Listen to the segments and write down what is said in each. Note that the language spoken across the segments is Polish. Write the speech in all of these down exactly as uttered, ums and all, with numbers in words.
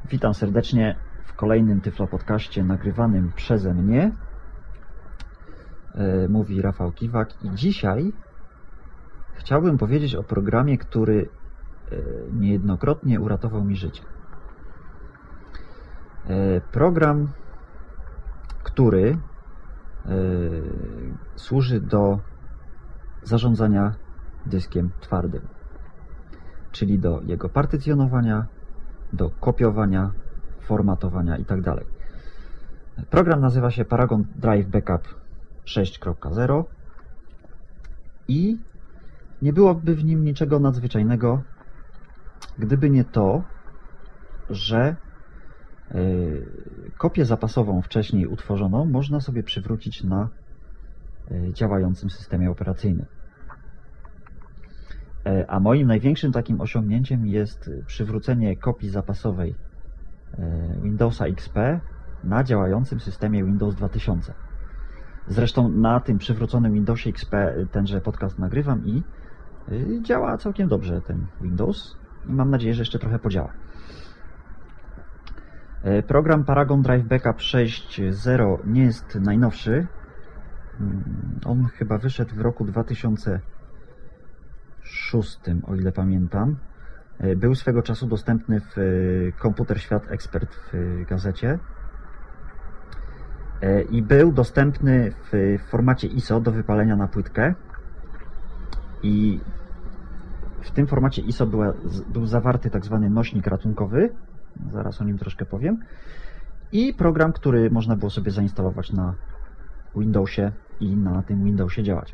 Witam serdecznie w kolejnym Tyflo Podcaście nagrywanym przeze mnie. E, mówi Rafał Kiwak i dzisiaj chciałbym powiedzieć o programie, który e, niejednokrotnie uratował mi życie. E, program, który e, służy do zarządzania dyskiem twardym, czyli do jego partycjonowania, do kopiowania, formatowania itd. Program nazywa się Paragon Drive Backup sześć kropka zero i nie byłoby w nim niczego nadzwyczajnego, gdyby nie to, że kopię zapasową wcześniej utworzoną można sobie przywrócić na działającym systemie operacyjnym. A moim największym takim osiągnięciem jest przywrócenie kopii zapasowej Windowsa X P na działającym systemie Windows dwa tysiące. Zresztą na tym przywróconym Windowsie X P tenże podcast nagrywam i działa całkiem dobrze ten Windows i mam nadzieję, że jeszcze trochę podziała. Program Paragon Drive Backup sześć zero nie jest najnowszy. On chyba wyszedł w roku dwa tysiące szóstym, o ile pamiętam. Był swego czasu dostępny w Komputer Świat Ekspert w gazecie i był dostępny w formacie I S O do wypalenia na płytkę i w tym formacie I S O była, był zawarty tak zwany nośnik ratunkowy, zaraz o nim troszkę powiem, i program, który można było sobie zainstalować na Windowsie i na tym Windowsie działać.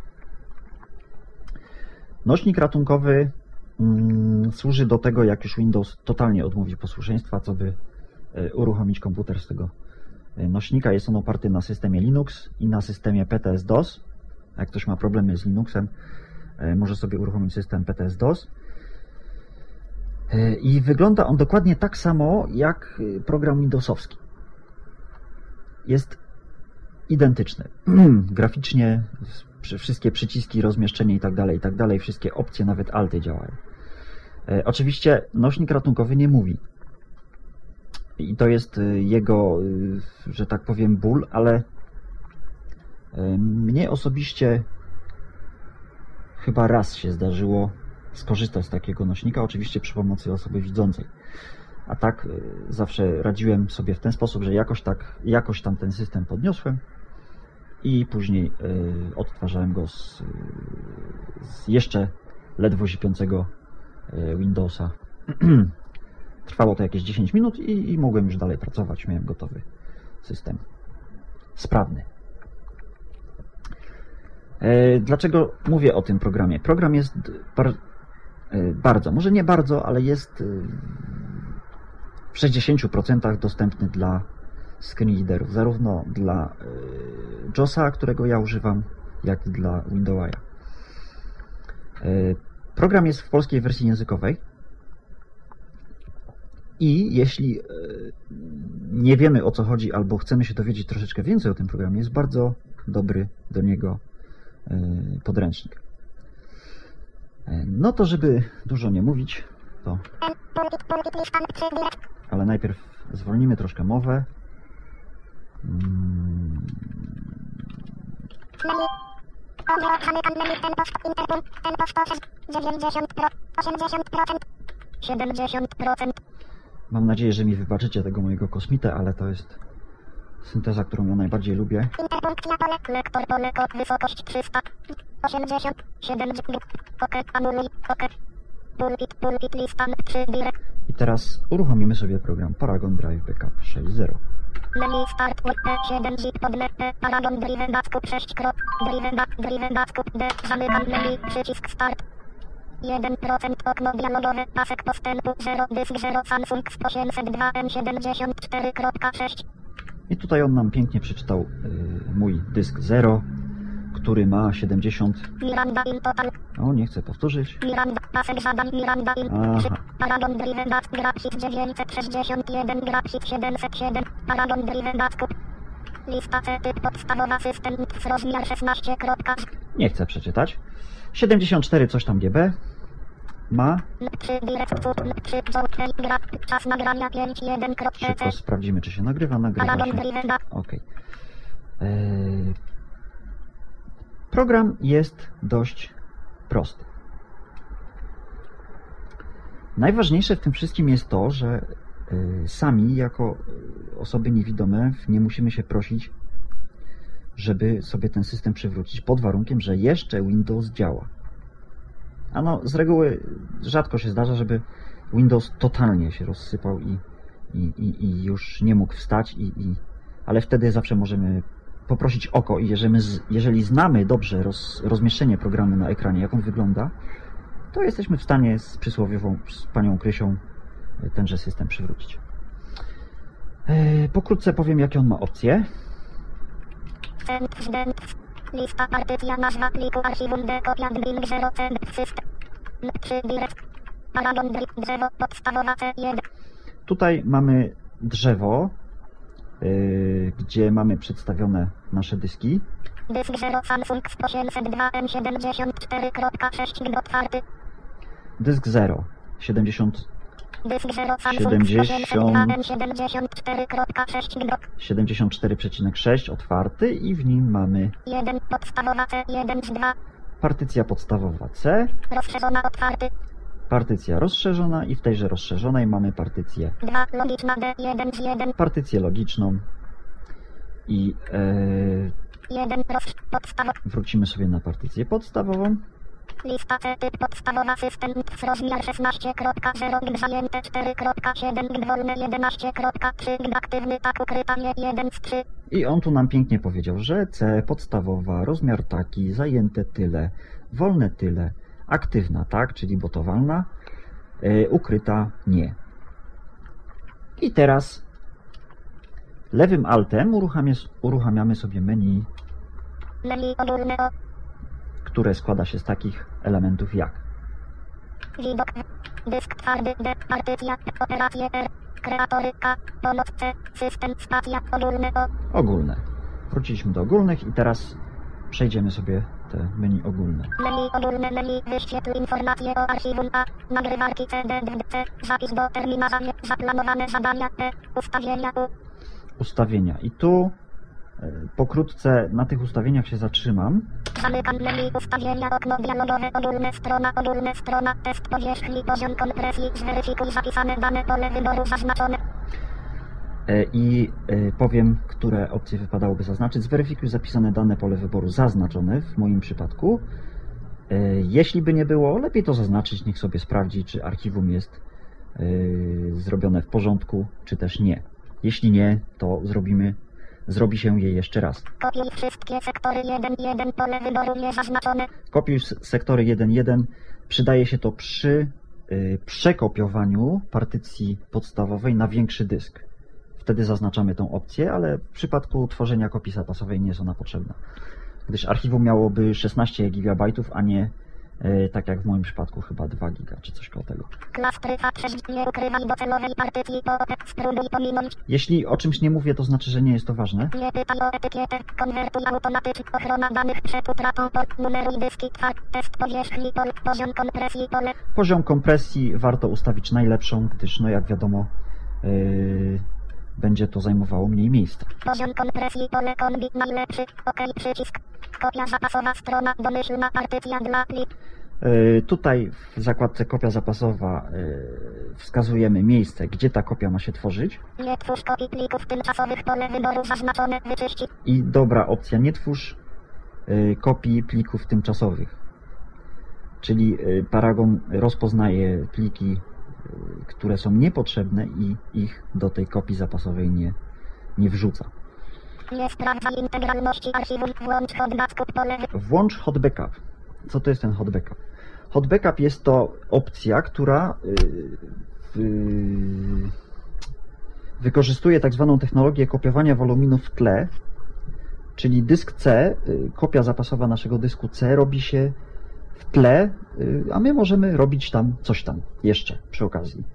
Nośnik ratunkowy mm, służy do tego, jak już Windows totalnie odmówi posłuszeństwa, co by y, uruchomić komputer z tego y, nośnika. Jest on oparty na systemie Linux i na systemie P T S DOS. Jak ktoś ma problemy z Linuxem, y, może sobie uruchomić system P T S DOS. Y, I wygląda on dokładnie tak samo jak program Windowsowski. Jest identyczny. Graficznie wszystkie przyciski, rozmieszczenie i tak dalej, i tak dalej, wszystkie opcje, nawet alty działają. E, oczywiście nośnik ratunkowy nie mówi. I to jest jego, że tak powiem, ból, ale e, mnie osobiście chyba raz się zdarzyło skorzystać z takiego nośnika, oczywiście przy pomocy osoby widzącej. A tak e, zawsze radziłem sobie w ten sposób, że jakoś, tak, jakoś tam ten system podniosłem i później y, odtwarzałem go z, y, z jeszcze ledwo zipiącego y, Windowsa. Trwało to jakieś dziesięć minut i, i mogłem już dalej pracować. Miałem gotowy system. Sprawny. Y, dlaczego mówię o tym programie? Program jest bar, y, bardzo, może nie bardzo, ale jest y, w sześćdziesięciu procentach dostępny dla screenreaderów, zarówno dla y, JOSa, którego ja używam, jak i dla Windowsa. Y, program jest w polskiej wersji językowej i jeśli y, nie wiemy, o co chodzi, albo chcemy się dowiedzieć troszeczkę więcej o tym programie, jest bardzo dobry do niego y, podręcznik. Y, no to żeby dużo nie mówić, to... Ale najpierw zwolnimy troszkę mowę. Hmm. Mam nadzieję, że mi wybaczycie tego mojego kosmitę, ale to jest synteza, którą ja najbardziej lubię. Lektor pole kod wysokość trzysta osiemdziesiąt siedem. Anuluj. Pulpit, pulpit, lista trzy. I teraz uruchomimy sobie program Paragon Drive Backup sześć zero. Menu start E siedem zip podle E Paragon Drive Backup sześć krop Drive Backup Drive Backup D zamykam menu przycisk start jeden procent okno dialogowe pasek postępu zero dysk zero Samsung osiemset dwa M siedemdziesiąt cztery kropka sześć. I tutaj on nam pięknie przeczytał y, mój dysk zero, który ma siedemdziesiąt. Miranda in total. O, nie chcę powtórzyć. Miranda, pasek zadań Miranda in. Aha. Paragon Drive Backup grafik dziewięćset sześćdziesiąt jeden grafik siedemset siedem. Paragon Drive Backup. Lista C typ podstawowa system rozmiar szesnaście. Nie chcę przeczytać. siedemdziesiąt cztery coś tam G B. ma. Czas nagrania pięć jeden. Szybko sprawdzimy, czy się nagrywa. Nagrywa się. Ok. Eee, program jest dość prosty. Najważniejsze w tym wszystkim jest to, że y, sami jako osoby niewidome nie musimy się prosić, żeby sobie ten system przywrócić, pod warunkiem, że jeszcze Windows działa. A no, z reguły rzadko się zdarza, żeby Windows totalnie się rozsypał i, i, i, i już nie mógł wstać, i, i, ale wtedy zawsze możemy poprosić oko i jeżeli, jeżeli znamy dobrze roz, rozmieszczenie programu na ekranie, jak on wygląda, to jesteśmy w stanie z przysłowiową, z panią Krysią tenże system przywrócić. Eee, pokrótce powiem, jakie on ma opcje. Lista, partycja, nazwa pliku, archiwum, D, kopia, Bing, zero, system, trzy, direct, paragon, drzewo, podstawowa, C jeden. Tutaj mamy drzewo, yy, gdzie mamy przedstawione nasze dyski. Dysk zero, Samsung osiemset dwa M siedemdziesiąt cztery kropka sześć otwarty. Dysk zero, siedemdziesiąt Dysk zero, Samsung osiemset dwa M siedemdziesiąt cztery kropka sześć siedemdziesiąt cztery przecinek sześć otwarty i w nim mamy jeden, podstawowa C jeden z dwa. Partycja podstawowa C. Rozszerzona otwarty. Partycja rozszerzona i w tejże rozszerzonej mamy partycję dwa, logiczna D jeden z jeden. Partycję logiczną i e, jeden, podstawowa. Wrócimy sobie na partycję podstawową. Lista C, typ podstawowa, system, rozmiar szesnaście kropka zero, zajęte cztery kropka siedem, wolne jedenaście kropka trzy, aktywny tak ukryta nie jeden z trzy. I on tu nam pięknie powiedział, że C podstawowa, rozmiar taki, zajęte tyle, wolne tyle, aktywna tak, czyli botowalna, yy, ukryta nie. I teraz lewym altem uruchamiamy, uruchamiamy sobie menu, menu ogólne o, które składa się z takich elementów jak widok, dysk twardy, D, partycja, operacje R, kreatory K, pomoc C, system, stacja, ogólne o. Ogólne. Wróciliśmy do ogólnych i teraz przejdziemy sobie te menu ogólne. Menu ogólne, menu, wyświetl informacje o archiwum A, nagrywarki C D D C, zapis do terminarza, zaplanowane zadania E, ustawienia U. Ustawienia. I tu pokrótce na tych ustawieniach się zatrzymam. Zamykam menu ustawienia, okno dialogowe, ogólne strona, ogólne strona, test powierzchni, poziom kompresji, zweryfikuj zapisane dane, pole wyboru zaznaczone. I powiem, które opcje wypadałoby zaznaczyć. Zweryfikuj zapisane dane, pole wyboru zaznaczone w moim przypadku. Jeśli by nie było, lepiej to zaznaczyć, niech sobie sprawdzi, czy archiwum jest zrobione w porządku, czy też nie. Jeśli nie, to zrobimy Zrobi się je jeszcze raz. Kopiuj wszystkie sektory jeden jeden, pole wyboru niezaznaczone. Kopiuj sektory jeden jeden. Przydaje się to przy y, przekopiowaniu partycji podstawowej na większy dysk. Wtedy zaznaczamy tą opcję, ale w przypadku tworzenia kopii zapasowej nie jest ona potrzebna. Gdyż archiwum miałoby szesnaście gigabajtów, a nie y, tak jak w moim przypadku chyba dwa giga, czy coś koło tego. Klastry H sześć, nie ukrywaj docelowej partycji, spróbuj pominąć. Jeśli o czymś nie mówię, to znaczy, że nie jest to ważne. Nie pytaj o etykietę, konwertuj automatycznie, ochrona danych przed utratą, pol, numeruj dyski, twar, test powierzchni, pol, poziom kompresji, pole. Poziom kompresji warto ustawić najlepszą, gdyż no jak wiadomo yy, będzie to zajmowało mniej miejsca. Poziom kompresji, pole kombi, najlepszy, OK, przycisk, kopia zapasowa, strona, domyślna partycja dla plik. Tutaj w zakładce kopia zapasowa wskazujemy miejsce, gdzie ta kopia ma się tworzyć. Nie twórz kopii plików tymczasowych, pole wyboru zaznaczone, wyczyścić. I dobra opcja, nie twórz kopii plików tymczasowych. Czyli Paragon rozpoznaje pliki, które są niepotrzebne i ich do tej kopii zapasowej nie, nie wrzuca. Nie sprawdza integralności archiwum, włącz hot backup, pole. Włącz hot backup. Co to jest ten hot backup? Hot backup jest to opcja, która yy, yy, wykorzystuje tak zwaną technologię kopiowania woluminu w tle, czyli dysk C, yy, kopia zapasowa naszego dysku C robi się w tle, yy, a my możemy robić tam coś tam jeszcze przy okazji.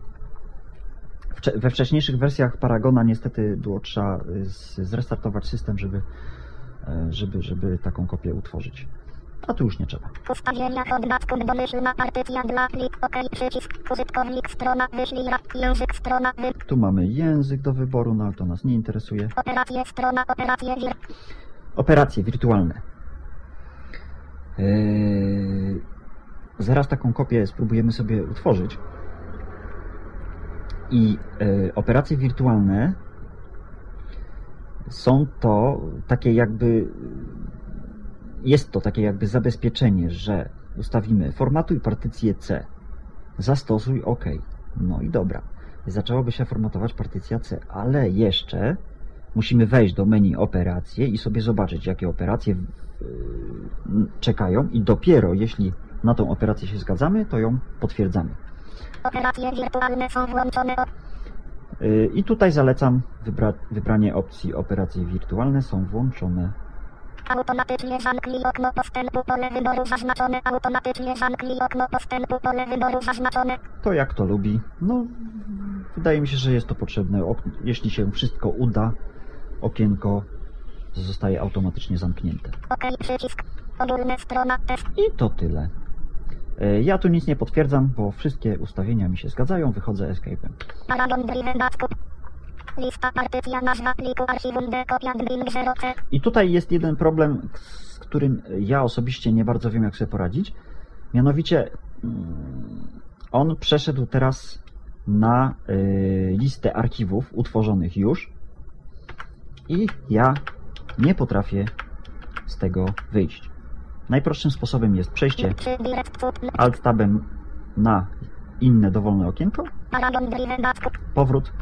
We wcześniejszych wersjach Paragona niestety było trzeba zrestartować system, żeby, żeby, żeby taką kopię utworzyć. a tu już nie trzeba. Ustawienia poddatku domyślna partycja dla plik. OK, przycisk. Użytkownik strona wyślij rap. Język strona wy. Tu mamy język do wyboru, no ale to nas nie interesuje. Operacje strona, operacje wir. Operacje wirtualne. Yy, zaraz taką kopię spróbujemy sobie utworzyć. I yy, operacje wirtualne są to takie jakby, jest to takie jakby zabezpieczenie, że ustawimy formatuj partycję C, zastosuj OK. No i dobra, zaczęłaby się formatować partycja C, ale jeszcze musimy wejść do menu operacje i sobie zobaczyć, jakie operacje czekają i dopiero jeśli na tą operację się zgadzamy, to ją potwierdzamy. Operacje wirtualne są włączone. I tutaj zalecam wybra wybranie opcji operacje wirtualne są włączone. Automatycznie zamknij okno postępu, pole wyboru zaznaczone. Automatycznie zamknij okno postępu, pole wyboru zaznaczone. To jak to lubi. No, wydaje mi się, że jest to potrzebne. Jeśli się wszystko uda, okienko zostaje automatycznie zamknięte. OK, przycisk. Ogólna strona test. I to tyle. Ja tu nic nie potwierdzam, bo wszystkie ustawienia mi się zgadzają. Wychodzę escape'em. Paragon driven backup. Lista partycja nazwa pliku archiwum D kopia Bing zero C. I tutaj jest jeden problem, z którym ja osobiście nie bardzo wiem, jak sobie poradzić. Mianowicie on przeszedł teraz na y, listę archiwów utworzonych już i ja nie potrafię z tego wyjść. Najprostszym sposobem jest przejście Alt-Tabem na inne dowolne okienko, powrót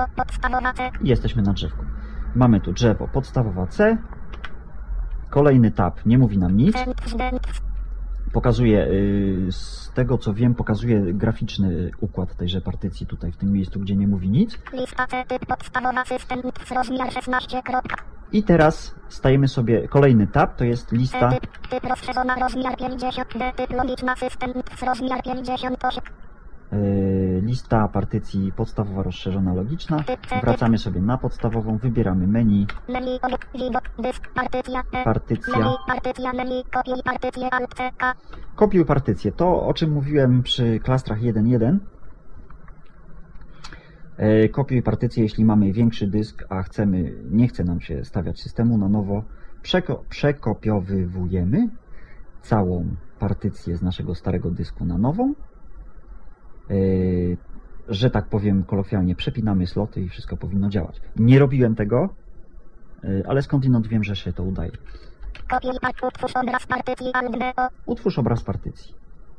i jesteśmy na drzewku. Mamy tu drzewo podstawowa C, kolejny tab nie mówi nam nic, pokazuje, z tego co wiem, pokazuje graficzny układ tejże partycji tutaj w tym miejscu, gdzie nie mówi nic. Lista C, typ podstawowa system, rozmiar szesnaście. I teraz stajemy sobie, kolejny tab to jest lista. Typ, typ rozszerzona, rozmiar pięćdziesiąt, D, typ logiczna system, rozmiar pięćdziesiąt osiem. Yy, lista partycji podstawowa, rozszerzona, logiczna. Wracamy sobie na podstawową, wybieramy menu. Menu, widok, dysk, partycja, e, partycja. Menu, partycja, menu, kopiuj partycję, alt C, K. Kopiuj partycję. To, o czym mówiłem przy klastrach jeden jeden. Yy, kopiuj partycję, jeśli mamy większy dysk, a chcemy, nie chce nam się stawiać systemu na nowo. Przeko przekopiowywujemy całą partycję z naszego starego dysku na nową. Yy, że tak powiem kolokwialnie, przepinamy sloty i wszystko powinno działać. Nie robiłem tego, yy, ale skądinąd wiem, że się to udaje. Kopiuj, utwórz obraz partycji, alt D O. Utwórz obraz partycji.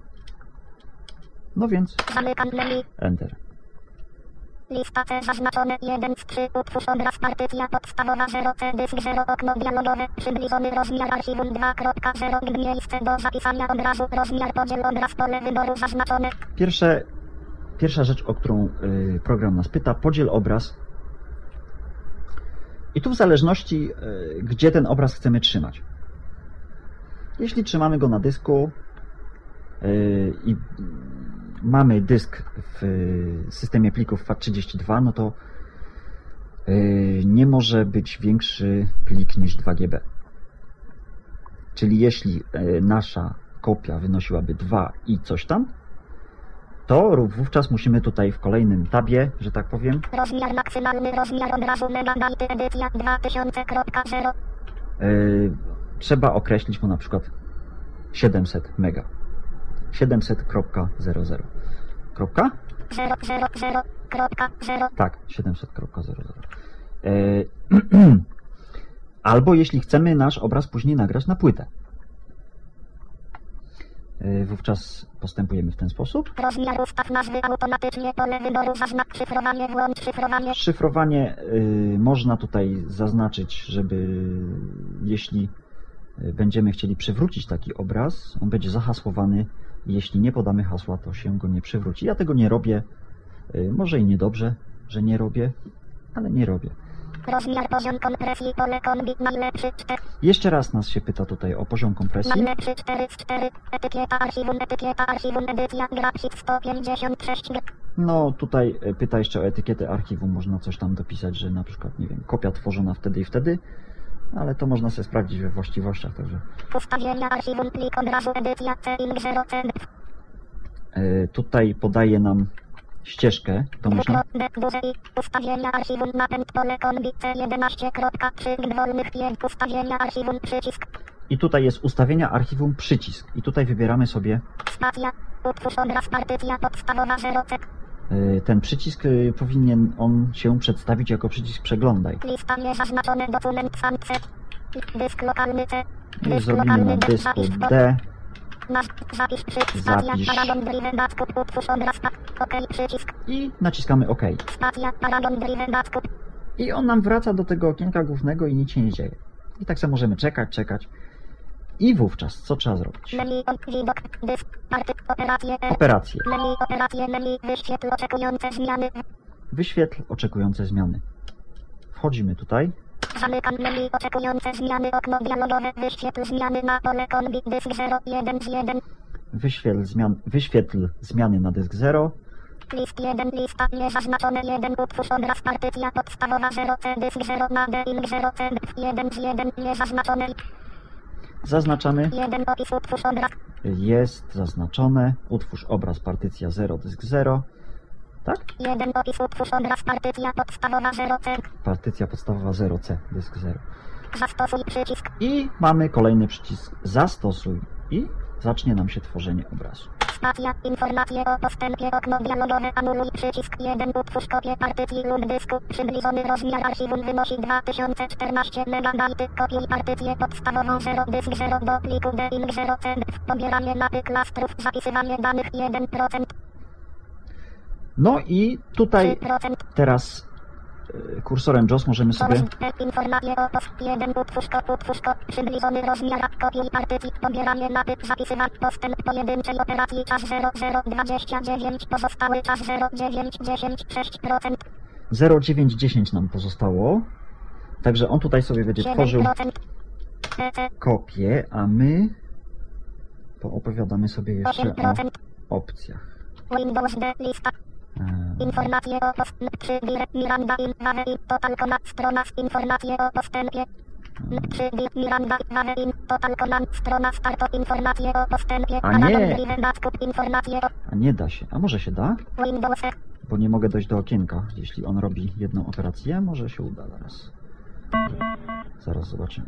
No więc Zamykam menu. Enter. Lista C zaznaczone jeden z trzy. Utwórz obraz partycja podstawowa zero C, dysk zero, okno dialogowe, przybliżony rozmiar archiwum dwa zero, miejsce do zapisania obrazu, rozmiar podziel obraz, pole wyboru zaznaczone. Pierwsze, pierwsza rzecz, o którą y, program nas pyta, podziel obraz. I tu w zależności, y, gdzie ten obraz chcemy trzymać. Jeśli trzymamy go na dysku y, i mamy dysk w systemie plików FAT trzydzieści dwa, no to yy, nie może być większy plik niż dwa giga. Czyli jeśli yy, nasza kopia wynosiłaby dwa i coś tam, to wówczas musimy tutaj w kolejnym tabie, że tak powiem, rozmiar maksymalny, rozmiar obrazu, megabajty, edycja dwa tysiące zero. Yy, trzeba określić mu na przykład siedemset mega. siedemset zero zero. Kropka? zero zero zero zero. Tak, siedemset zero zero. Albo jeśli chcemy nasz obraz później nagrać na płytę. E, wówczas postępujemy w ten sposób. Rozmiar ustaw nazwy automatycznie, pole wyboru zaznacz szyfrowanie, włącz szyfrowanie. Szyfrowanie y, można tutaj zaznaczyć, żeby jeśli będziemy chcieli przywrócić taki obraz, on będzie zahasłowany. Jeśli nie podamy hasła, to się go nie przywróci. Ja tego nie robię. Może i niedobrze, że nie robię, ale nie robię. Rozmiar, poziom kompresji, pole kombi, najlepszy cztery. Jeszcze raz nas się pyta tutaj o poziom kompresji. Najlepszy cztery z cztery. Etykieta archiwum, etykieta archiwum, edycja, grafik sto pięćdziesiąt sześć. No tutaj pyta jeszcze o etykietę archiwum. Można coś tam dopisać, że na przykład, nie wiem, kopia tworzona wtedy i wtedy. ale to można sobie sprawdzić we właściwościach, także... Ustawienia archiwum, plik obrazu, edycja, C I N G zero C. Yy, tutaj podaje nam ścieżkę domyślną. Ustawienia archiwum, napęd, pole kombi, C jedenaście kropka trzy, wolnych pięć, ustawienia archiwum, przycisk. I tutaj jest ustawienia archiwum, przycisk. I tutaj wybieramy sobie... Spacja, utwórz obraz, partycja podstawowa zero C. Yy, ten przycisk yy, powinien on się przedstawić jako przycisk przeglądaj. Lista niezaznaczone, dokument sam C. Dysk lokalny C. I zrobimy na dysku D. Zapisz przy stacja, Zapisz. paragon driven backup, utwórz obraz, OK, przycisk. I naciskamy OK. Stacja, paragon driven backup. I on nam wraca do tego okienka głównego i nic się nie dzieje. I tak samo możemy czekać, czekać. I wówczas co trzeba zrobić? Menu, widok, dysk, party, operacje, R. Operacje. Menu, operacje, menu, wyświetl oczekujące zmiany. Wyświetl oczekujące zmiany. Wchodzimy tutaj. Zamykam menu, oczekujące zmiany, okno dialogowe, wyświetl zmiany na pole kombi, dysk zero jeden z jeden. Wyświetl, zmian, wyświetl zmiany na dysk zero. List jeden, lista niezaznaczone jeden, utwórz obraz, partycja podstawowa zero C, dysk zero na D I N G zero C, jeden z jeden, niezaznaczone. Zaznaczamy. jeden, opis, utwórz obraz. Jest zaznaczone. Utwórz obraz, partycja zero, dysk zero. Tak? jeden, opis, utwórz obraz, partycja podstawowa zero C. Partycja podstawowa zero C, dysk zero. Zastosuj przycisk. I mamy kolejny przycisk zastosuj. I zacznie nam się tworzenie obrazu. Stacja, informacje o postępie, okno dialogowe, anuluj przycisk jeden, utwórz kopię partycji lub dysku, przybliżony rozmiar archiwum wynosi dwa tysiące czternaście megabajty, kopiuj partycję podstawową zero, dysk zero do pliku D I N G zero C, pobieranie mapy klastrów, zapisywanie danych jeden procent. No i tutaj trzy procent. teraz y, kursorem J O S możemy sobie... Informacje o post jeden, utwórz kop, utwórz kop, przybliżony rozmiar, kopiuj partycji, pobieranie mapy, zapisywać postęp pojedynczej operacji, czas zero zero dwadzieścia dziewięć, pozostały czas zero dziewięć dziesięć sześć procent. zero dziewięć dziesięć nam pozostało. Także on tutaj sobie będzie tworzył kopię, a my poopowiadamy sobie jeszcze o opcjach. Windows D, lista. Informacje o postępie, trzy Miranda Inwave in Total Command, strona z informacje o postępie. trzy Miranda Inwave in Total Command, strona start, informacje o postępie. A nie. Informacje o... A nie da się. A może się da? Windows E. Bo nie mogę dojść do okienka. Jeśli on robi jedną operację, może się uda zaraz. Zaraz zobaczymy.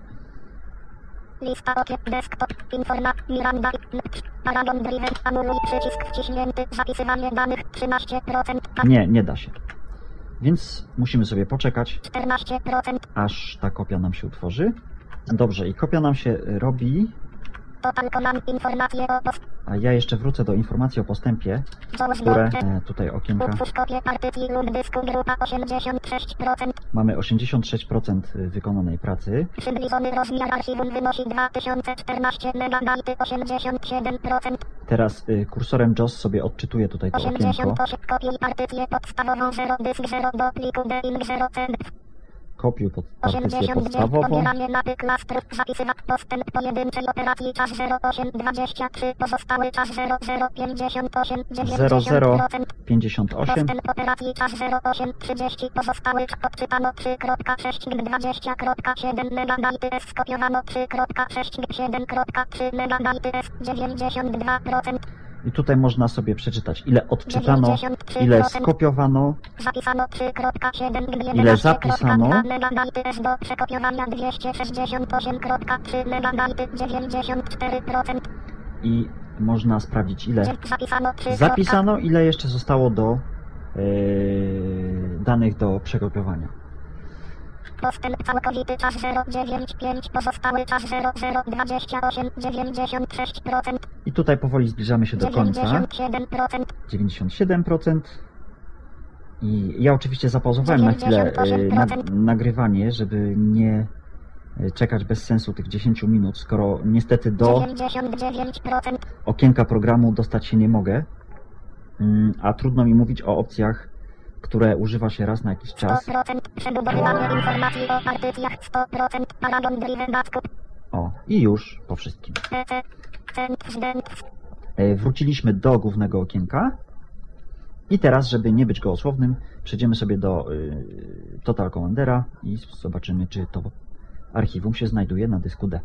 Lista okien, desktop, informa, Miranda, paragon driven, anuluj przycisk wciśnięty, zapisywanie danych trzynaście procent. Nie, nie da się. Więc musimy sobie poczekać, czternaście procent. aż ta kopia nam się utworzy. Dobrze, i kopia nam się robi, Total Command, informacje o post... a ja jeszcze wrócę do informacji o postępie, które e, tutaj okienka. Utwórz kopię partycji lub dysku, grupa osiemdziesiąt sześć procent. Mamy osiemdziesiąt sześć procent wykonanej pracy. Przybliżony rozmiar archiwum wynosi dwa tysiące czternaście megabajty, osiemdziesiąt siedem procent. Teraz y, kursorem J O S sobie odczytuje tutaj to okienko. osiemdziesiąt osiem, kopiuj partycję podstawową zero, dysk zero do pliku D I N G zero C. Kopiuj pod partycję osiemdziesiąt podstawową. pobieranie mapy klastrów, zapisywać postęp pojedynczej operacji, czas zero osiem dwadzieścia trzy, pozostały czas zero zero pięćdziesiąt osiem dziewięćdziesiąt procent. pięćdziesiąt osiem. Postęp operacji, czas zero osiem trzydzieści, pozostały czas odczytano trzy sześć dwadzieścia siedem megabajty, skopiowano trzy sześć siedem trzy megabajty, dziewięćdziesiąt dwa procent. I tutaj można sobie przeczytać, ile odczytano, ile skopiowano, zapisano trzy siedem ile zapisano, megabajty do przekopiowania dwieście sześćdziesiąt osiem trzy megabajty, dziewięćdziesiąt cztery procent. I można sprawdzić, ile zapisano, zapisano, ile jeszcze zostało do yy, danych do przekopiowania. Postęp całkowity, czas zero dziewięć pięć, pozostały czas zero zero dwadzieścia osiem dziewięćdziesiąt sześć procent. I tutaj powoli zbliżamy się do końca. dziewięćdziesiąt siedem procent. dziewięćdziesiąt siedem procent. I ja oczywiście zapauzowałem na chwilę y, na, nagrywanie, żeby nie czekać bez sensu tych dziesięć minut, skoro niestety do dziewięćdziesiąt dziewięć procent. okienka programu dostać się nie mogę, a trudno mi mówić o opcjach, które używa się raz na jakiś czas. sto procent przebudowywanie informacji o partycjach, sto procent paragon driven backup. O, i już po wszystkim. Wróciliśmy do głównego okienka. I teraz, żeby nie być gołosłownym, przejdziemy sobie do y, Total Commandera i zobaczymy, czy to archiwum się znajduje na dysku D.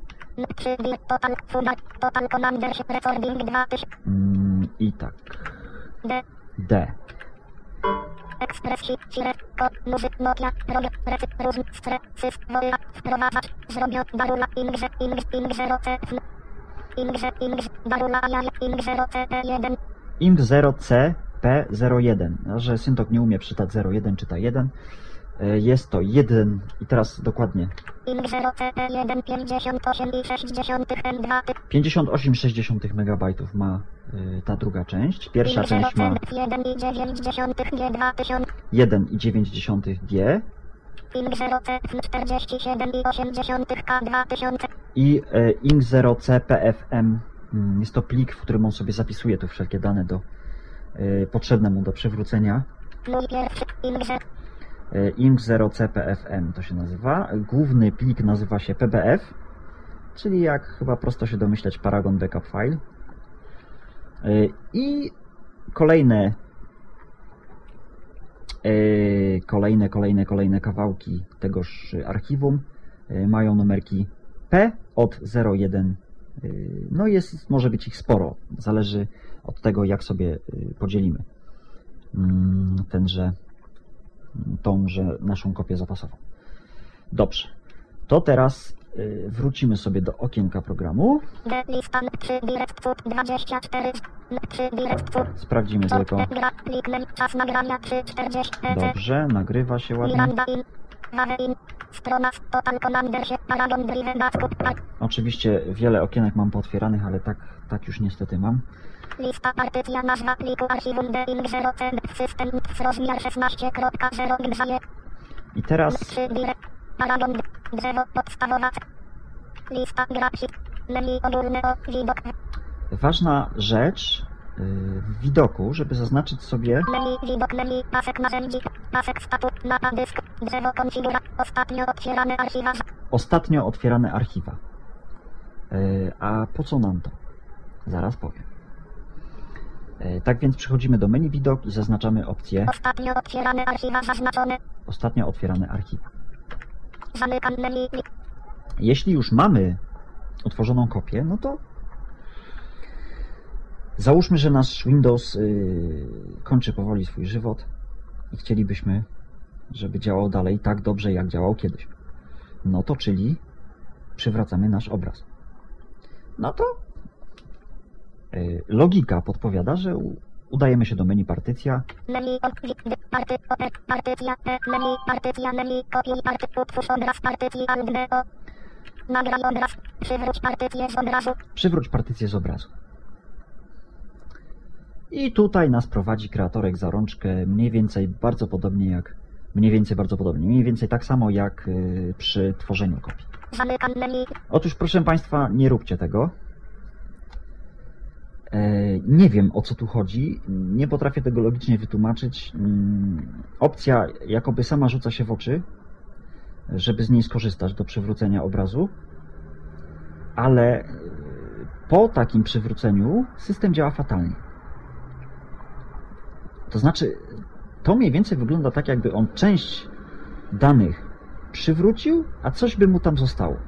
Mm, I tak. D. D. Ekspresji, Ciret, Ko, Muzyk, Nokia, Roger, Rety, Różn, Stre, Syf, Woja, Wprowadzać, Zrobio, Barula, Ingze, Ingz, Ing zero C, F, Ingze, Ingz, Barula, Jaja, Ing zero C, P jeden. Ing zero C, P zero jeden. A że Syntok nie umie czytać zero jeden, czyta jeden. Jest to jeden i teraz dokładnie. Ing zero C, P jeden, pięćdziesiąt osiem i sześć dziesiątych M dwa. pięćdziesiąt osiem i sześć dziesiątych megabajtów ma y, ta druga część. Pierwsza część ma jeden i dziewięć dziesiątych G dwa tysiące. jeden i dziewięć dziesiątych G. Ing zero C, czterdzieści siedem i osiem dziesiątych K dwa tysiące. I y, Ing zero C P F M. Y, jest to plik, w którym on sobie zapisuje tu wszelkie dane do, y, potrzebne mu do przywrócenia. Mój pierwszy Ing zero. Ing zero C P F M to się nazywa. Główny plik nazywa się P B F, czyli jak chyba prosto się domyśleć Paragon Backup File. I kolejne kolejne, kolejne, kolejne kawałki tegoż archiwum mają numerki P od zero jeden. No jest, może być ich sporo, zależy od tego, jak sobie podzielimy tenże tąże naszą kopię zapasową. Dobrze. To teraz y, wrócimy sobie do okienka programu. Sprawdzimy tylko. Dobrze, nagrywa się ładnie. Oczywiście wiele okienek mam pootwieranych, ale tak, tak już niestety mam. Lista partycja nazwa pliku archiwum D Ing zero C system rozmiar szesnaście kropka zero gzaje. I teraz Paragon drzewo podstawowa. Lista grafik menu ogólne o widok. Ważna rzecz w widoku, żeby zaznaczyć sobie menu widok menu pasek narzędzi pasek statu mapa dysk drzewo konfigura ostatnio otwierane archiwa. Ostatnio otwierane archiwa. A po co nam to? Zaraz powiem. Tak więc przechodzimy do menu widok i zaznaczamy opcję Ostatnio otwierane archiwa zaznaczone. Ostatnio otwierane archiwa. Zamykam menu. Jeśli już mamy otworzoną kopię, no to załóżmy, że nasz Windows yy, kończy powoli swój żywot i chcielibyśmy, żeby działał dalej tak dobrze, jak działał kiedyś. No to czyli przywracamy nasz obraz. No to logika podpowiada, że udajemy się do menu partycja. Menu party, partycja, menu partycja, menu kopiuj party, utwórz obraz partycji alt D O. Nagraj obraz, przywróć partycję z obrazu. Przywróć partycję z obrazu. I tutaj nas prowadzi kreatorek za rączkę mniej więcej bardzo podobnie jak mniej więcej bardzo podobnie, mniej więcej tak samo jak y, przy tworzeniu kopii. Zamykam menu. Otóż proszę Państwa, nie róbcie tego. Nie wiem, o co tu chodzi, nie potrafię tego logicznie wytłumaczyć. Opcja jakoby sama rzuca się w oczy, żeby z niej skorzystać do przywrócenia obrazu, ale po takim przywróceniu system działa fatalnie. To znaczy, to mniej więcej wygląda tak, jakby on część danych przywrócił, a coś by mu tam zostało.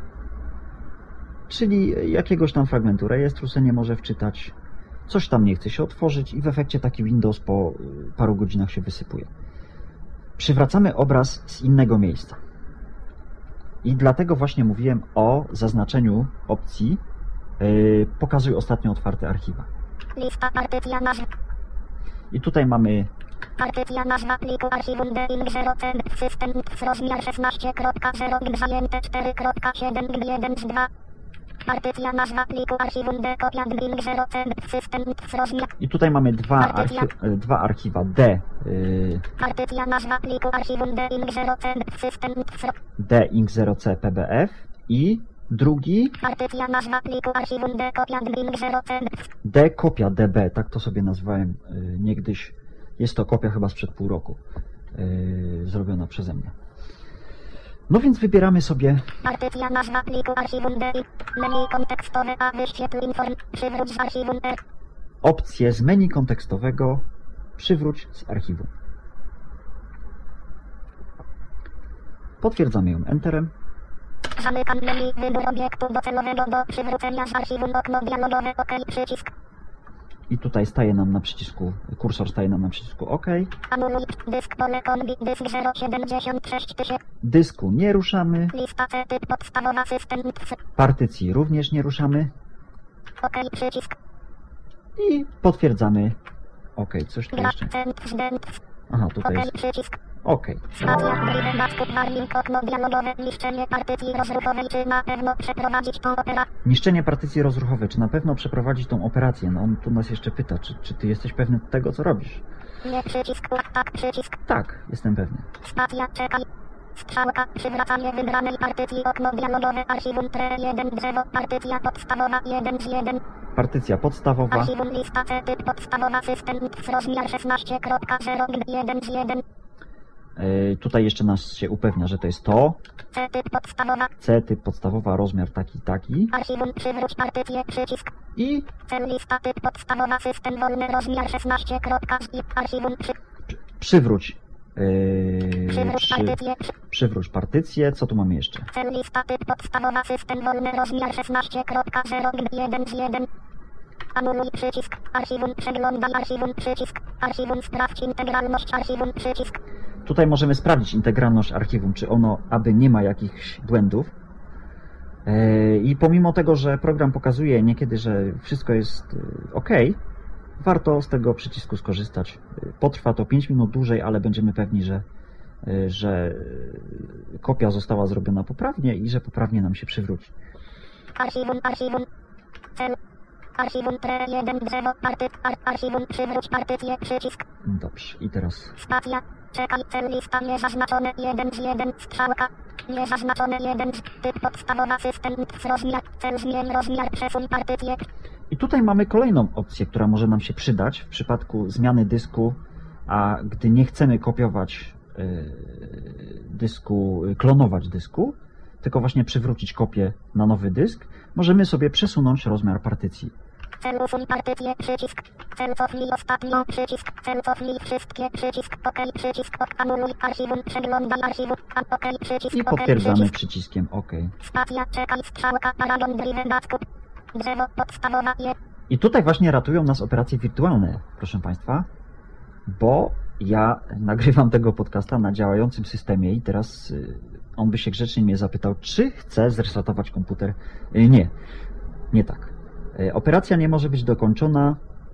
Czyli jakiegoś tam fragmentu rejestru se nie może wczytać, coś tam nie chce się otworzyć i w efekcie taki Windows po paru godzinach się wysypuje. Przywracamy obraz z innego miejsca. I dlatego właśnie mówiłem o zaznaczeniu opcji yy, pokazuj ostatnio otwarte archiwa. Lista partycja nazw. I tutaj mamy partycja nazwa pliku archiwum D Ing zero C system rozmiar szesnaście kropka zero zajęte cztery kropka siedem jeden z dwa. Partycja nazwa pliku archiwum D kopia Ing zero C system rozmiar. I tutaj mamy dwa, archi dwa archiwa D. Yy, partycja nazwa pliku archiwum D Ing zero C system D Ing zero C P B F i drugi partycja nazwa pliku archiwum D kopia Ing zero C D kopia D B, tak to sobie nazwałem yy, niegdyś. Jest to kopia chyba sprzed pół roku yy, zrobiona przeze mnie. No więc wybieramy sobie partycja nazwa pliku archiwum D menu kontekstowe a wyświetl inform przywróć z archiwum R. Opcję z menu kontekstowego przywróć z archiwum. Potwierdzamy ją Enterem. Zamykam menu. Wybór obiektu docelowego do przywrócenia z archiwum. Okno dialogowe. OK. Przycisk. I tutaj staje nam na przycisku, kursor staje nam na przycisku OK. Anuluj. Dysk pole kombi. Dysk zero siedemdziesiąt sześć tysięcy. Dysku nie ruszamy. Lista C. Typ podstawowa system. Partycji również nie ruszamy. OK. Przycisk. I potwierdzamy OK. Coś tu Gra. jeszcze. Centr. Zdęt. Aha, tutaj OK. jest Przycisk. OK. Stacja. Drive. Backup. Warning. Okno dialogowe. Niszczenie partycji rozruchowej. Czy na pewno przeprowadzić tą operację? Niszczenie partycji rozruchowej. Czy na pewno przeprowadzić tą operację? No on tu nas jeszcze pyta, czy, czy ty jesteś pewny tego, co robisz? Nie. Przycisk. Tak. Przycisk. Tak, jestem pewny. Stacja. Czekaj. Strzałka. Przywracanie wybranej partycji. Okno dialogowe. Archiwum. Tre. jeden. Drzewo. Partycja podstawowa. jeden z jeden. Partycja podstawowa. Archiwum. Lista C. Typ podstawowa. System. Rozmiar szesnaście zero jeden z jeden. Yy, tutaj jeszcze nas się upewnia, że to jest to. C. Typ podstawowa. C, typ podstawowa, rozmiar taki, taki. Archiwum. Przywróć partycję. Przycisk. I Cel. Lista. Typ podstawowa. System wolny. Rozmiar szesnaście. Archiwum. Przy... przywróć. Yy, Przywróć przy, partycję. przywróć partycję. Co tu mamy jeszcze? Cel. Lista. Typ podstawowa. System wolny. Rozmiar szesnaście zero jeden z jeden. Anuluj. Przycisk. Archiwum. Przeglądaj archiwum. Przycisk. Archiwum. Sprawdź integralność archiwum. Przycisk. Tutaj możemy sprawdzić integralność archiwum, czy ono aby nie ma jakichś błędów. Yy, I pomimo tego, że program pokazuje niekiedy, że wszystko jest yy, OK, warto z tego przycisku skorzystać. Yy, potrwa to pięć minut dłużej, ale będziemy pewni, że, yy, że yy, kopia została zrobiona poprawnie i że poprawnie nam się przywróci. Archiwum. Archiwum. Cel. Archiwum. Tre. jeden. Drzewo. Party. Ar, archiwum. Przywróć partycję. Przycisk. Dobrze, i teraz Stacja. Czekaj. Cel. Lista. Niezaznaczone. jeden z jeden. Strzałka. Niezaznaczone. jeden. Typ podstawowa. System. Rozmiar. Cel. Zmień rozmiar. Przesuń partycję. I tutaj mamy kolejną opcję, która może nam się przydać w przypadku zmiany dysku, a gdy nie chcemy kopiować yy, dysku, klonować dysku, tylko właśnie przywrócić kopię na nowy dysk, możemy sobie przesunąć rozmiar partycji. Cel. Usuń partycję. Przycisk. Cel. Cofnij ostatnią. Przycisk. Cel. Cofnij wszystkie. Przycisk. OK. Przycisk. Anuluj archiwum. Przeglądaj archiwum. OK. Przycisk. I OK. potwierdzamy Przycisk. przyciskiem OK. Stacja. Czekaj. Strzałka. Paragon. Drive. Backup. Drzewo. Podstawowa. Je. I tutaj właśnie ratują nas operacje wirtualne, proszę Państwa, bo ja nagrywam tego podcasta na działającym systemie i teraz y, on by się grzecznie mnie zapytał, czy chcę zresetować komputer. Y, nie, nie tak. Y, operacja nie może być dokończona,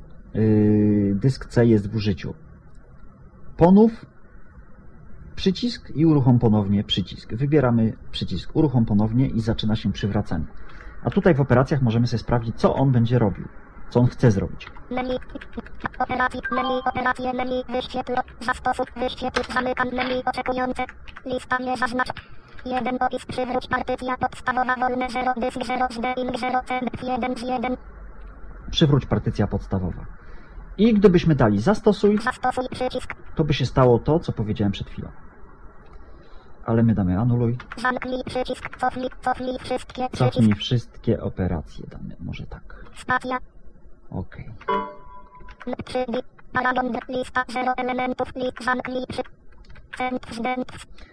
y, dysk C jest w użyciu. Ponów przycisk i uruchom ponownie przycisk. Wybieramy przycisk uruchom ponownie i zaczyna się przywracanie. A tutaj w operacjach możemy sobie sprawdzić, co on będzie robił, co on chce zrobić. Menu. Operacji. Menu. Operacje. Menu. Wyświetl. Zastosuj. Wyświetl. Zamykam menu. Oczekujące. Lista nie zaznacz. jeden. Opis. Przywróć partycja podstawowa. Wolne zero. Dysk zero. Zdejm zero. Cent. jeden z jeden. Przywróć partycja podstawowa. I gdybyśmy dali zastosuj, Zastosuj. Przycisk. to by się stało to, co powiedziałem przed chwilą. Ale my damy anuluj. Zamknij. Przycisk. Cofnij. Cofnij wszystkie. Przycisk. Cofnij wszystkie operacje. Damy może tak. Stacja. OK. trzy D. Paragon. Lista zero elementów. List. Zamknij. Przy. Centr. Zdęt.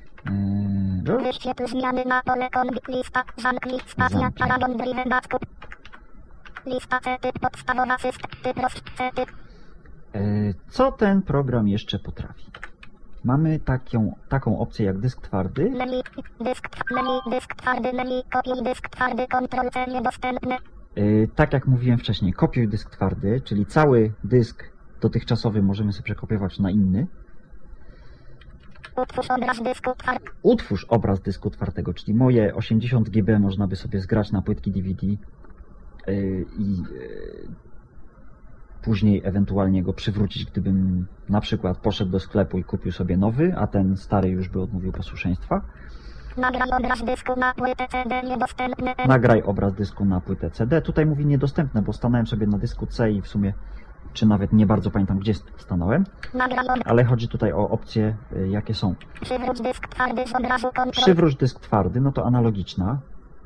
Eee, Wyświetl zmiany na pole kombi. Lista. Zamknij. Stacja. Zamknij. Paragon. Drive. Backup. Lista C. Typ podstawowa. System. Typ roz. C. Typ. eee, co ten program jeszcze potrafi? Mamy taką, taką opcję jak dysk twardy. Menu. Dysk. Menu. Dysk twardy. Menu. Kopiuj dysk twardy. Kontrol C. Niedostępne. Yy, tak jak mówiłem wcześniej, kopiuj dysk twardy, czyli cały dysk dotychczasowy możemy sobie przekopiować na inny. Utwórz obraz dysku twardego. Utwórz obraz dysku twardego, czyli moje osiemdziesiąt giga można by sobie zgrać na płytki D V D yy, i yy, później ewentualnie go przywrócić, gdybym na przykład poszedł do sklepu i kupił sobie nowy, a ten stary już by odmówił posłuszeństwa. Nagraj obraz dysku na płytę C D niedostępne. Nagraj obraz dysku na płytę C D. Tutaj mówi niedostępne, bo stanąłem sobie na dysku C i w sumie, czy nawet nie bardzo pamiętam, gdzie stanąłem, Nagraj obraz. ale chodzi tutaj o opcje, y, jakie są. Przywróć dysk twardy z obrazu kontrol. Przywróć dysk twardy, no to analogiczna.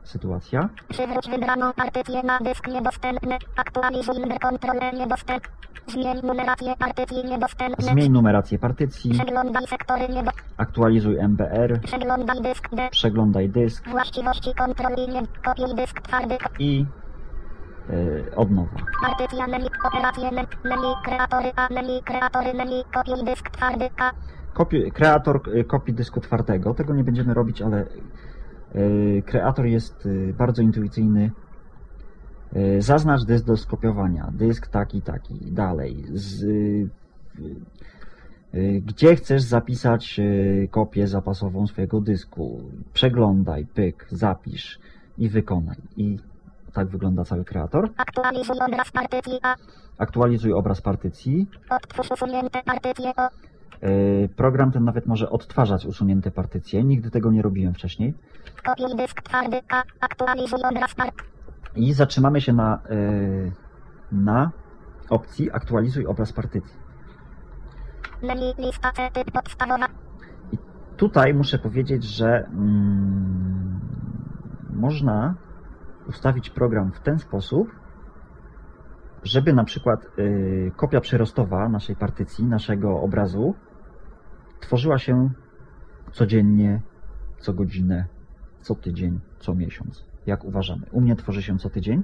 sytuacja. Przywróć wybraną partycję na dysk niedostępny. Aktualizuj kontrolę niedostępny. Zmień numerację partycji niedostępne. Zmień numerację partycji. Przeglądaj sektory niedostępne. Aktualizuj M B R. Przeglądaj dysk D. Przeglądaj dysk. Właściwości kontroli nie. Kopiuj dysk twardy. I yy, od nowa. Partycja menu. Operacje menu. Menu. Kreatory A. Menu. Kreatory menu. Kopiuj dysk twardy A. Kopi, kreator y, kopii dysku twardego. Tego nie będziemy robić, ale yy, kreator jest yy, bardzo intuicyjny. Yy, zaznacz dysk do skopiowania. Dysk taki, taki. Dalej. Z, yy, yy, gdzie chcesz zapisać yy, kopię zapasową swojego dysku? Przeglądaj, pyk, zapisz i wykonaj. I tak wygląda cały kreator. Aktualizuj obraz partycji A. Aktualizuj obraz partycji. Odtwórz usunięte partycje O. Yy, program ten nawet może odtwarzać usunięte partycje. Nigdy tego nie robiłem wcześniej. Kopiuj dysk twardy K. Aktualizuj obraz partycji. I zatrzymamy się na, yy, na opcji aktualizuj obraz partycji. Menu lista C typ podstawowa. I tutaj muszę powiedzieć, że mm, można ustawić program w ten sposób, żeby na przykład yy, kopia przyrostowa naszej partycji, naszego obrazu tworzyła się codziennie, co godzinę, co tydzień, co miesiąc, jak uważamy. U mnie tworzy się co tydzień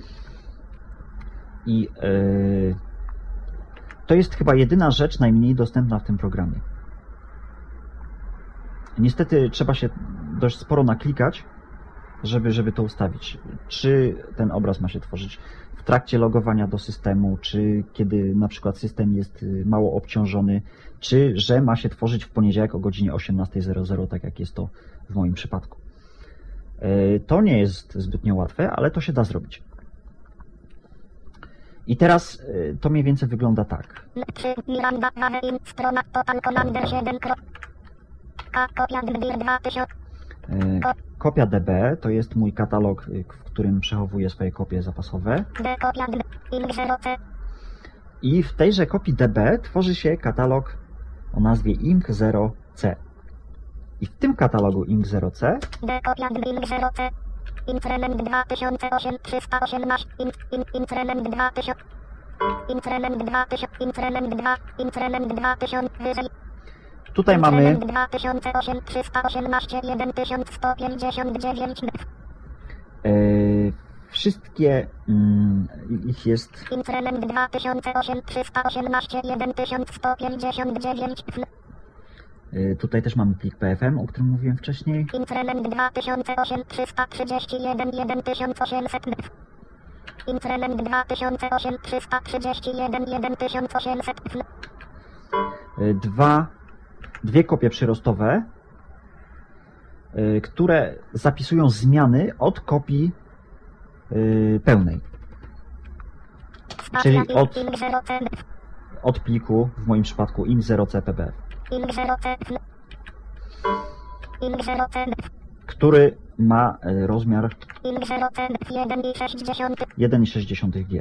i yy, to jest chyba jedyna rzecz najmniej dostępna w tym programie. Niestety trzeba się dość sporo naklikać, żeby, żeby to ustawić. Czy ten obraz ma się tworzyć w trakcie logowania do systemu, czy kiedy na przykład system jest mało obciążony, czy że ma się tworzyć w poniedziałek o godzinie osiemnastej zero zero, tak jak jest to w moim przypadku. To nie jest zbytnio łatwe, ale to się da zrobić. I teraz to mniej więcej wygląda tak. Miranda Wavein, strona Total Commander siedem. Kopia D B dwa tysiące. Kopia D B to jest mój katalog, w którym przechowuję swoje kopie zapasowe. D kopia D B zero C. I w tejże kopii D B tworzy się katalog o nazwie I M K zero C. I w tym katalogu I M K zero C D kopia D B zero C. Increment dwa tysiące osiem trzysta osiemnaście. Increment dwa tysiące. Increment dwa tysiące. Increment dwa. Increment dwa tysiące wyżej. Tutaj mamy dwa tysiące osiem trzysta osiemnaście jeden tysiąc sto pięćdziesiąt dziewięć. Yy, wszystkie mm, ich jest. Increment dwa tysiące osiem trzysta osiemnaście jeden tysiąc sto pięćdziesiąt dziewięć. Yy, tutaj też mamy plik P F M, o którym mówiłem wcześniej. Increment dwa tysiące osiem trzysta trzydzieści jeden jeden tysiąc osiemset. Increment dwa tysiące osiem trzysta trzydzieści jeden jeden tysiąc osiemset. Yy, dwa Dwie kopie przyrostowe, yy, które zapisują zmiany od kopii yy, pełnej. Czyli od, od pliku, w moim przypadku I M K zero C P B F, który ma yy, rozmiar jeden i sześć G.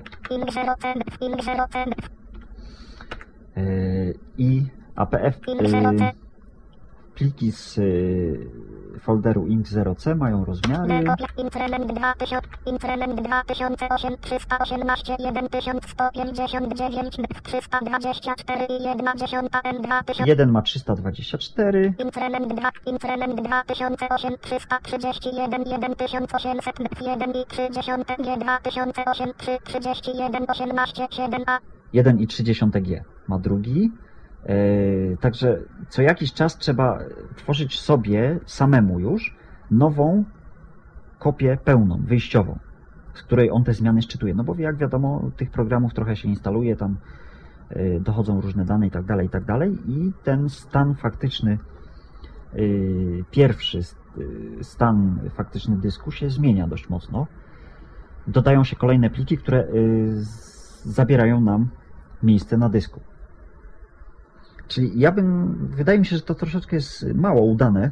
Yy, I A P F y, pliki z y, folderu I M K zero C mają rozmiary Increment dwa tysiące, Increment dwa tysiące osiem trzysta osiemnaście jeden tysiąc sto pięćdziesiąt dziewięć trzysta dwadzieścia cztery i jedna dziesiąta N dwa tysiące. jeden ma trzysta dwadzieścia cztery. Increment dwa, Increment dwa tysiące osiem trzysta trzydzieści jeden jeden tysiąc osiemset jeden i trzy dziesiąte G dwa tysiące osiem trzy trzydzieści jeden osiemnaście siedem A. jeden i trzy dziesiąte G ma drugi. Yy, także co jakiś czas trzeba tworzyć sobie samemu już nową kopię pełną, wyjściową, z której on te zmiany szczytuje. No bo jak wiadomo, tych programów trochę się instaluje, tam yy, dochodzą różne dane i tak dalej, i tak dalej. I ten stan faktyczny, yy, pierwszy yy, stan faktyczny dysku się zmienia dość mocno. Dodają się kolejne pliki, które yy, zabierają nam miejsce na dysku. Czyli ja bym, wydaje mi się, że to troszeczkę jest mało udane,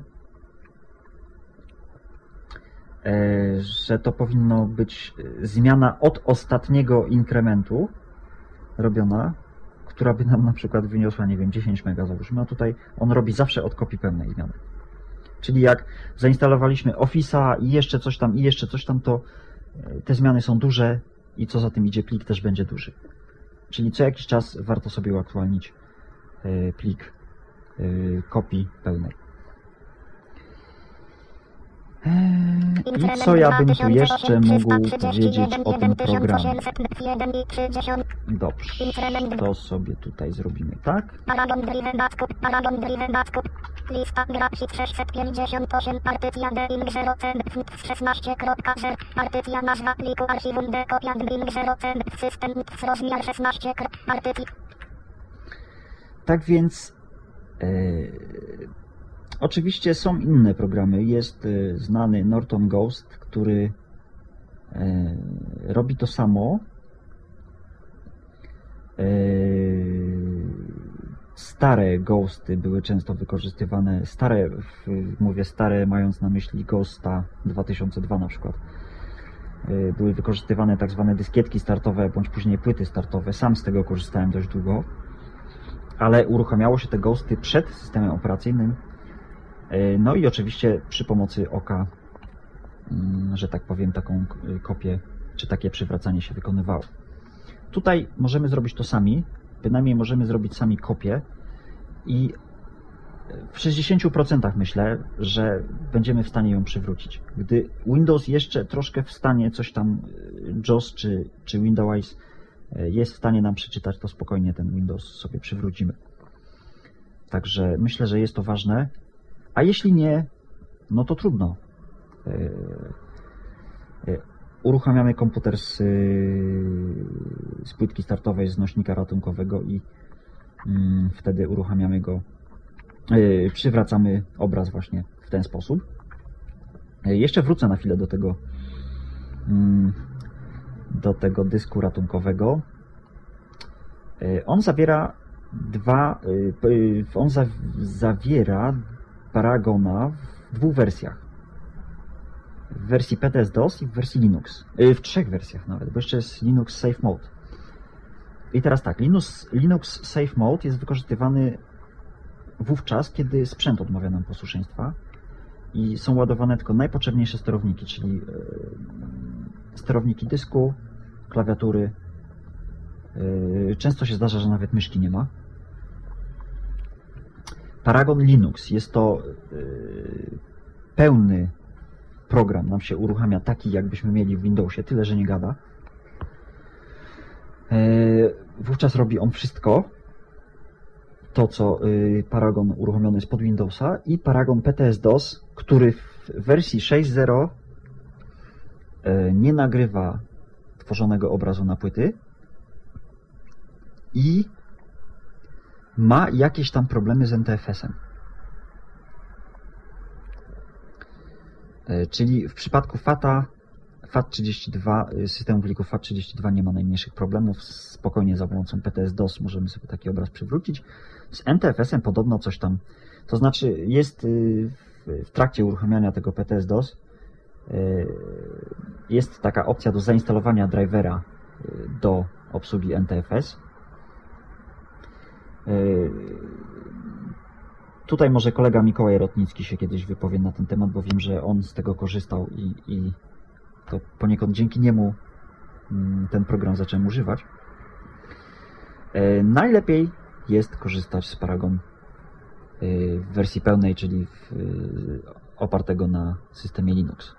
że to powinno być zmiana od ostatniego inkrementu robiona, która by nam na przykład wyniosła, nie wiem, dziesięć mega załóżmy, a tutaj on robi zawsze od kopii pełnej zmiany. Czyli jak zainstalowaliśmy Office'a i jeszcze coś tam, i jeszcze coś tam, to te zmiany są duże i co za tym idzie, plik też będzie duży. Czyli co jakiś czas warto sobie uaktualnić plik kopii pełnej. I co ja bym tu jeszcze mógł powiedzieć o tym programie? Dobrze, to sobie tutaj zrobimy tak. Lista grafik sześćset pięćdziesiąt osiem, partycja Deing zero C szesnaście kropka zero, partycja nazwa pliku archiwum D, kopia Deing zero C, system rozmiar szesnaście, partycja. Tak więc e, oczywiście są inne programy. Jest e, znany Norton Ghost, który e, robi to samo. E, Stare Ghosty były często wykorzystywane, stare, mówię stare mając na myśli Ghosta dwa tysiące dwa na przykład, były wykorzystywane tak zwane dyskietki startowe, bądź później płyty startowe. Sam z tego korzystałem dość długo, ale uruchamiało się te Ghosty przed systemem operacyjnym, no i oczywiście przy pomocy oka, że tak powiem, taką kopię, czy takie przywracanie się wykonywało. Tutaj możemy zrobić to sami. Bynajmniej możemy zrobić sami kopię i w sześćdziesięciu procentach myślę, że będziemy w stanie ją przywrócić. Gdy Windows jeszcze troszkę w stanie coś tam, JAWS czy, czy Windows jest w stanie nam przeczytać, to spokojnie ten Windows sobie przywrócimy. Także myślę, że jest to ważne. A jeśli nie, no to trudno. Uruchamiamy komputer z, z płytki startowej, z nośnika ratunkowego i mm, wtedy uruchamiamy go, yy, przywracamy obraz właśnie w ten sposób. Yy, jeszcze wrócę na chwilę do tego, yy, do tego dysku ratunkowego. Yy, on zawiera dwa, yy, on za, zawiera Paragona w dwóch wersjach. W wersji P T S DOS i w wersji Linux. W trzech wersjach nawet, bo jeszcze jest Linux Safe Mode. I teraz tak, Linux, Linux Safe Mode jest wykorzystywany wówczas, kiedy sprzęt odmawia nam posłuszeństwa i są ładowane tylko najpotrzebniejsze sterowniki, czyli sterowniki dysku, klawiatury. Często się zdarza, że nawet myszki nie ma. Paragon Linux jest to pełny program, nam się uruchamia taki, jakbyśmy mieli w Windowsie, tyle, że nie gada. Wówczas robi on wszystko, to co Paragon uruchomiony jest pod Windowsa, i Paragon P T S DOS, który w wersji sześć zero nie nagrywa tworzonego obrazu na płyty i ma jakieś tam problemy z N T F S-em. Czyli w przypadku FAT-a, FAT trzydzieści dwa, systemu plików FAT trzydzieści dwa nie ma najmniejszych problemów. Spokojnie za pomocą P T S DOS możemy sobie taki obraz przywrócić. Z N T F S-em podobno coś tam, to znaczy jest w trakcie uruchamiania tego P T S DOS jest taka opcja do zainstalowania drivera do obsługi N T F S. Tutaj może kolega Mikołaj Rotnicki się kiedyś wypowie na ten temat, bo wiem, że on z tego korzystał i, i to poniekąd dzięki niemu ten program zacząłem używać. Najlepiej jest korzystać z Paragon w wersji pełnej, czyli w, opartego na systemie Linux.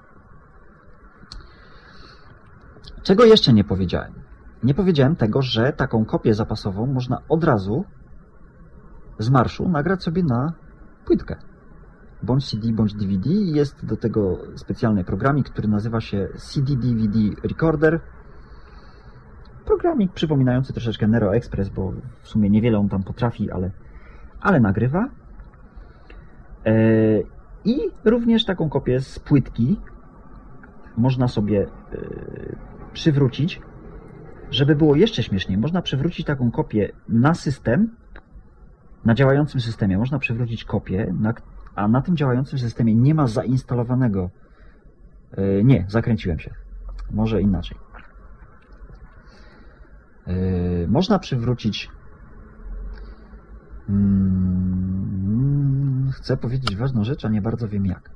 Czego jeszcze nie powiedziałem? Nie powiedziałem tego, że taką kopię zapasową można od razu z marszu nagrać sobie na płytkę. Bądź C D, bądź D V D. Jest do tego specjalny programik, który nazywa się C D D V D Recorder. Programik przypominający troszeczkę Nero Express, bo w sumie niewiele on tam potrafi, ale, ale nagrywa. I również taką kopię z płytki można sobie przywrócić. Żeby było jeszcze śmieszniej, można przywrócić taką kopię na system, na działającym systemie. Można przywrócić kopię, na, a na tym działającym systemie nie ma zainstalowanego. Yy, nie, zakręciłem się. Może inaczej. Yy, można przywrócić. Yy, chcę powiedzieć ważną rzecz, a nie bardzo wiem jak.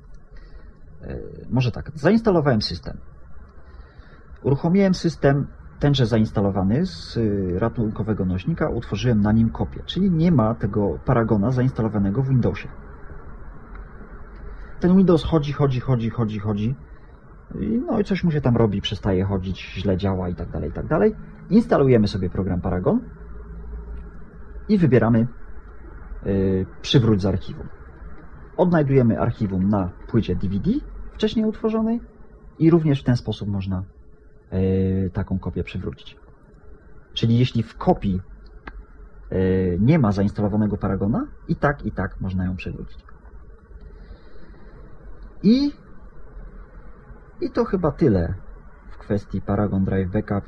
Może tak, zainstalowałem system. Uruchomiłem system, tenże zainstalowany z ratunkowego nośnika, utworzyłem na nim kopię, czyli nie ma tego paragona zainstalowanego w Windowsie. Ten Windows chodzi, chodzi, chodzi, chodzi, chodzi. No i coś mu się tam robi, przestaje chodzić, źle działa i tak dalej, i tak dalej. Instalujemy sobie program Paragon i wybieramy yy, przywróć z archiwum. Odnajdujemy archiwum na płycie D V D wcześniej utworzonej i również w ten sposób można yy, taką kopię przywrócić. Czyli jeśli w kopii yy, nie ma zainstalowanego Paragona, i tak, i tak można ją przywrócić. I I to chyba tyle w kwestii Paragon Drive Backup.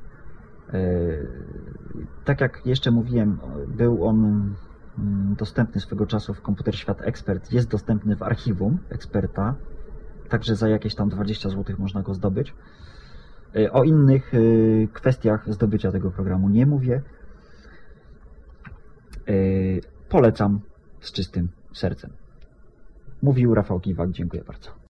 Tak jak jeszcze mówiłem, był on dostępny swego czasu w Komputer Świat Ekspert, jest dostępny w archiwum eksperta, także za jakieś tam dwadzieścia złotych można go zdobyć. O innych kwestiach zdobycia tego programu nie mówię. Polecam z czystym sercem. Mówił Rafał Kiwak, dziękuję bardzo.